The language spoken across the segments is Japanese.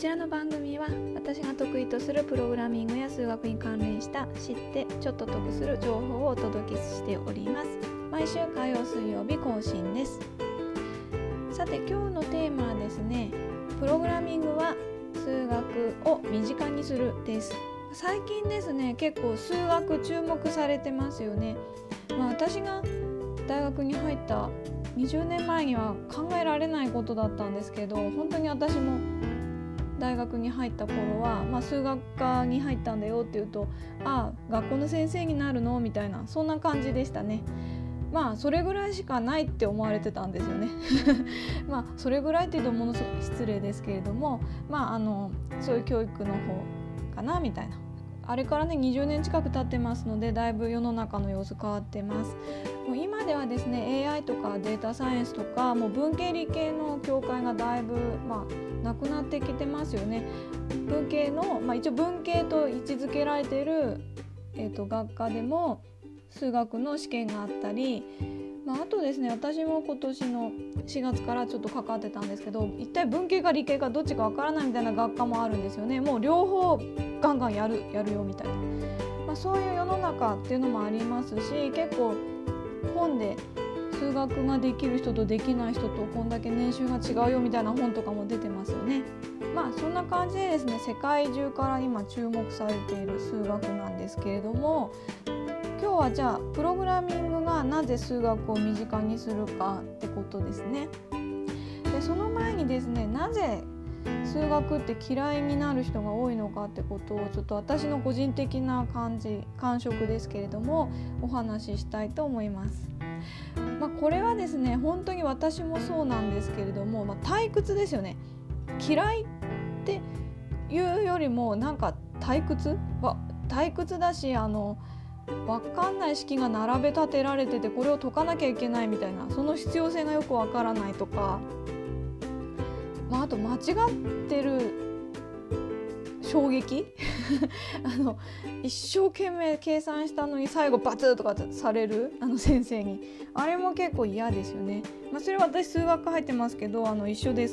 ちらの番組は私が得意とするプログラミングや数学に関連した知ってちょっと得する情報をお届けしております。毎週火曜水曜日更新です。さて今日のテーマはですね、プログラミングは数学を身近にするです。最近ですね、結構数学注目されてますよね。私が大学に入った20年前には考えられないことだったんですけど、本当に私も大学に入った頃は、数学科に入ったんだよって言うと、学校の先生になるのみたいな、そんな感じでしたね。それぐらいしかないって思われてたんですよねそれぐらいって言うとものすごく失礼ですけれども、そういう教育の方かなみたいな。あれからね20年近く経ってますので、だいぶ世の中の様子変わってます。もう今ではですね AI とかデータサイエンスとか、もう文系理系の境界がだいぶなくなってきてますよね。文系の、一応文系と位置づけられている、学科でも数学の試験があったり、あとですね、私も今年の4月からちょっと関わってたんですけど、一体文系か理系かどっちかわからないみたいな学科もあるんですよね。もう両方ガンガンやるよみたいな、そういう世の中っていうのもありますし、結構本で数学ができる人とできない人とこんだけ年収が違うよみたいな本とかも出てますよね。そんな感じでですね、世界中から今注目されている数学なんですけれども、今日はじゃあプログラミングがなぜ数学を身近にするかってことですね。でその前にですね、なぜ数学って嫌いになる人が多いのかってことをちょっと私の個人的な感触ですけれどもお話ししたいと思います。これはですね、本当に私もそうなんですけれども、退屈ですよね。嫌いっていうよりもなんか退屈だし、分かんない式が並べ立てられててこれを解かなきゃいけないみたいな、その必要性がよくわからないとか、あと間違ってる衝撃一生懸命計算したのに最後バツとかされる先生に、あれも結構嫌ですよね。それは私数学入ってますけど一緒です。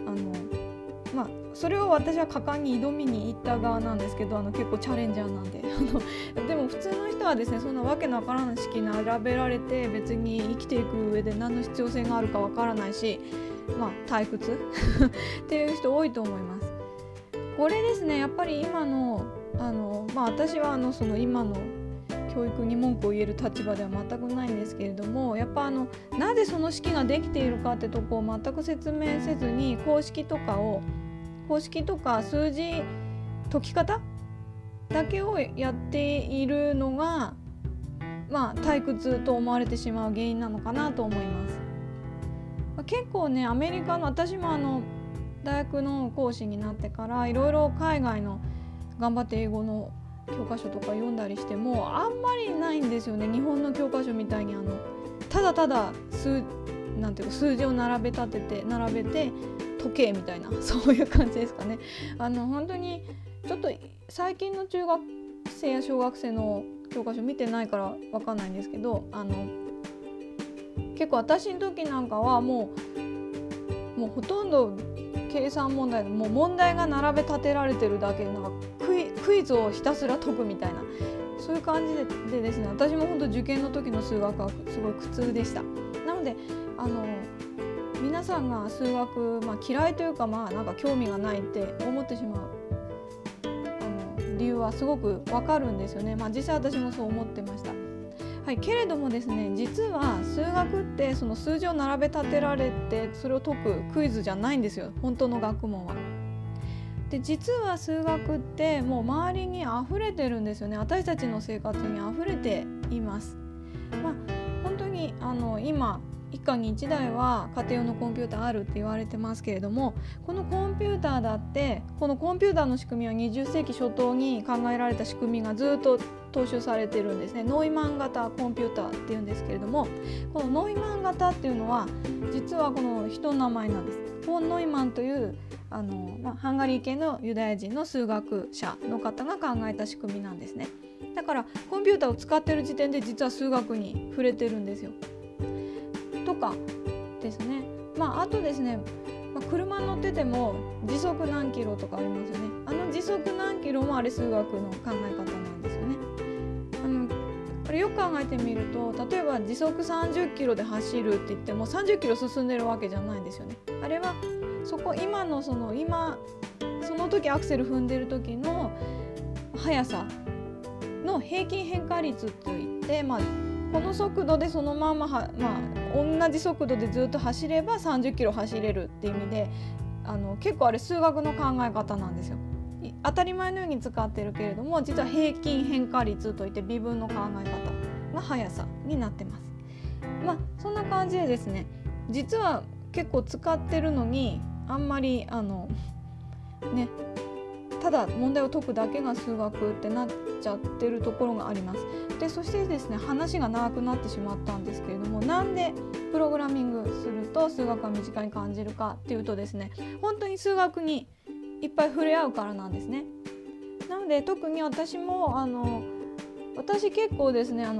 それを私は果敢に挑みに行った側なんですけど、結構チャレンジャーなんででも普通の人はですね、そんなわけのわからない式並べられて別に生きていく上で何の必要性があるかわからないし、退屈っていう人多いと思います。これですね、やっぱり今の私はその今の教育に文句を言える立場では全くないんですけれども、やっぱなぜその式ができているかってとこを全く説明せずに公式とか数字解き方だけをやっているのが退屈と思われてしまう原因なのかなと思います。結構ね、アメリカの私も大学の講師になってからいろいろ海外の頑張って英語の教科書とか読んだりしてもあんまりないんですよね。日本の教科書みたいにただただ数字を並べて解けみたいな、そういう感じですかね。本当にちょっと最近の中学生や小学生の教科書見てないから分かんないんですけど、結構私の時なんかはもうほとんど計算問題、もう問題が並べ立てられてるだけでクイズをひたすら解くみたいな、そういう感じでですね、私も本当受験の時の数学はすごい苦痛でした。なので皆さんが数学、嫌いというかなんか興味がないって思ってしまう理由はすごくわかるんですよね。実際私もそう思ってました。けれどもですね、実は数学ってその数字を並べ立てられてそれを解くクイズじゃないんですよ、本当の学問は。で実は数学ってもう周りに溢れてるんですよね。私たちの生活に溢れています。本当に今一家に一台は家庭用のコンピューターあるって言われてますけれども、このコンピューターだってこのコンピューターの仕組みは20世紀初頭に考えられた仕組みがずっと踏襲されてるんですね。ノイマン型コンピューターっていうんですけれども、このノイマン型っていうのは実はこの人の名前なんです。フォン・ノイマンというハンガリー系のユダヤ人の数学者の方が考えた仕組みなんですね。だからコンピューターを使ってる時点で実は数学に触れてるんですよとかですね。あとですね、 車乗ってても時速何キロとかありますよね。時速何キロもあれ数学の考え方なんですよね。これよく考えてみると、例えば時速30キロで走るって言っても30キロ進んでるわけじゃないんですよね。あれはその時アクセル踏んでる時の速さの平均変化率といって、この速度でそのまま同じ速度でずっと走れば30キロ走れるっていう意味で、結構あれ数学の考え方なんですよ。当たり前のように使ってるけれども、実は平均変化率といって微分の考え方が速さになってます。そんな感じでですね、実は結構使ってるのにあんまりただ問題を解くだけが数学ってなっちゃってるところがあります。でそしてですね、話が長くなってしまったんですけれども、なんでプログラミングすると数学が身近に感じるかっていうとですね、本当に数学にいっぱい触れ合うからなんですね。なので特に私も私結構ですね、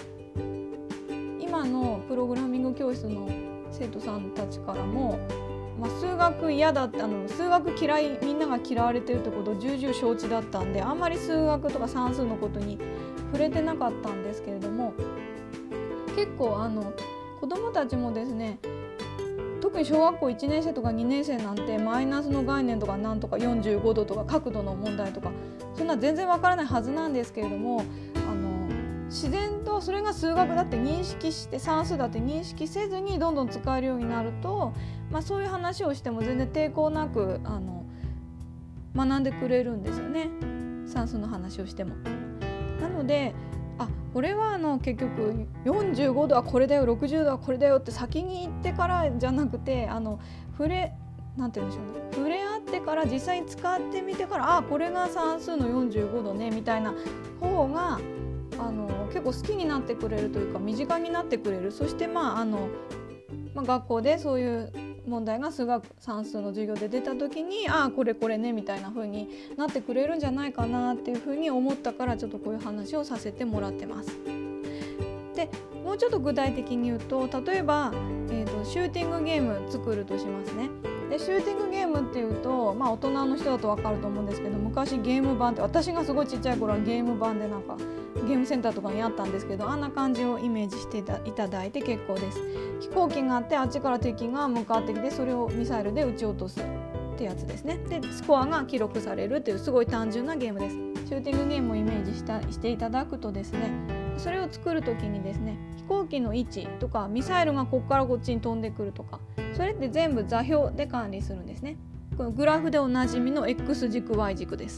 今のプログラミング教室の生徒さんたちからも、数学嫌だって、数学嫌い、みんなが嫌われてるってことを重々承知だったんで、あんまり数学とか算数のことに触れてなかったんですけれども、結構子どもたちもですね、特に小学校1年生とか2年生なんてマイナスの概念とかなんとか45度とか角度の問題とかそんな全然わからないはずなんですけれども、自然とそれが数学だって認識して、算数だって認識せずにどんどん使えるようになると、そういう話をしても全然抵抗なく学んでくれるんですよね、算数の話をしても。なのでこれは結局45度はこれだよ、60度はこれだよって先に言ってからじゃなくて、触れ合ってから実際に使ってみてから、これが算数の45度ねみたいな方が結構好きになってくれるというか、身近になってくれる。そして学校でそういう問題が算数の授業で出た時にこれねみたいな風になってくれるんじゃないかなっていう風に思ったから、ちょっとこういう話をさせてもらってます。でもうちょっと具体的に言うと、例えば、シューティングゲーム作るとしますね。でシューティングゲームっていうと、大人の人だと分かると思うんですけど、昔ゲーム版って、私がすごいちっちゃい頃はゲーム版でゲームセンターとかにあったんですけど、あんな感じをイメージしていただいて結構です。飛行機があって、あっちから敵が向かってきて、それをミサイルで撃ち落とすってやつですね。でスコアが記録されるっていうすごい単純なゲームです。シューティングゲームをイメージしていただくとですね、それを作る時にですね、飛行機の位置とかミサイルがここからこっちに飛んでくるとか、それって全部座標で管理するんですね。このグラフでおなじみの X 軸 Y 軸です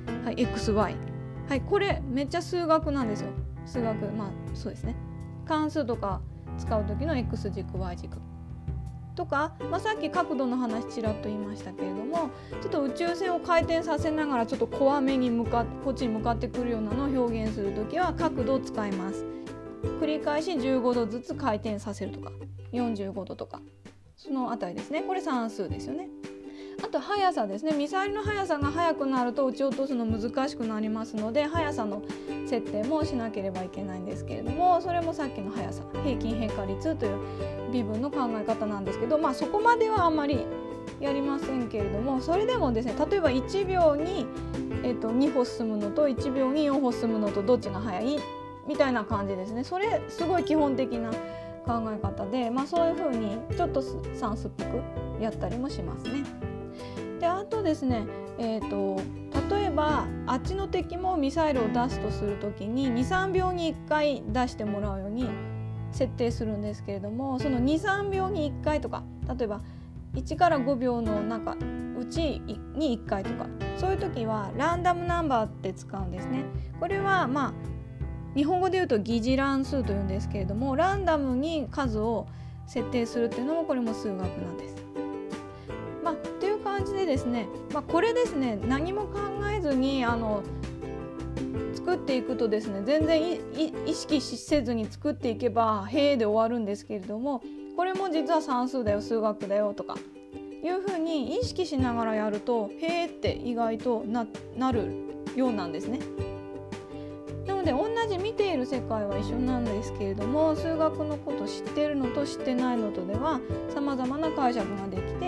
。XY。これめっちゃ数学なんですよ。数学、そうですね。関数とか使う時の X 軸 Y 軸とか、さっき角度の話ちらっと言いましたけれども、ちょっと宇宙船を回転させながらちょっと怖めにこっちに向かってくるようなのを表現する時は角度を使います。繰り返し15度ずつ回転させるとか45度とか、そのあたりですね。これ算数ですよね。あと速さですね。ミサイルの速さが速くなると撃ち落とすの難しくなりますので、速さの設定もしなければいけないんですけれども、それもさっきの速さ、平均変化率という微分の考え方なんですけど、そこまではあんまりやりませんけれども、それでもですね、例えば1秒に、2歩進むのと1秒に4歩進むのとどっちが速いみたいな感じですね。それすごい基本的な考え方で、そういう風にちょっと算数っぽくやったりもしますね。であとですね、例えばあっちの敵もミサイルを出すとするときに 2,3 秒に1回出してもらうように設定するんですけれども、その 2,3 秒に1回とか、例えば1から5秒のうちに1回とか、そういう時はランダムナンバーって使うんですね。これは日本語で言うと疑似乱数というんですけれども、ランダムに数を設定するっていうのもこれも数学なんです。っていう感じでですね、これですね、何も考えずに作っていくとですね、全然意識せずに作っていけばへーで終わるんですけれども、これも実は算数だよ、数学だよとかいうふうに意識しながらやるとへーって意外と なるようなんですね。なので同じ見ている世界は一緒なんですけれども、数学のこと知っているのと知ってないのとでは様々な解釈ができて、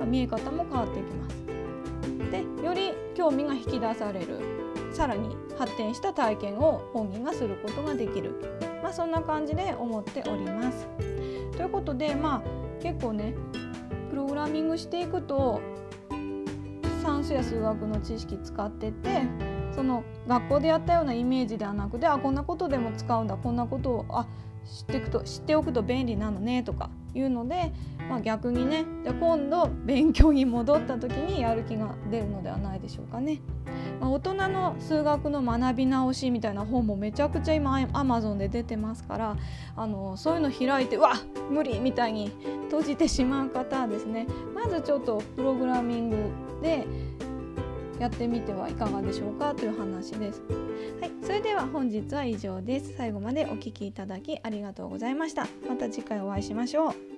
見え方も変わっていきます。でより興味が引き出される、さらに発展した体験を本人がすることができる、そんな感じで思っております。ということで結構ねプログラミングしていくと算数や数学の知識使ってて、その学校でやったようなイメージではなくて、こんなことでも使うんだ、こんなことを知っておくと便利なのねとかいうので、逆にねじゃあ今度勉強に戻った時にやる気が出るのではないでしょうかね。大人の数学の学び直しみたいな本もめちゃくちゃ今 Amazon で出てますから、そういうの開いて無理みたいに閉じてしまう方はですね、まずちょっとプログラミングでやってみてはいかがでしょうかという話です。はい、それでは本日は以上です。最後までお聞きいただきありがとうございました。また次回お会いしましょう。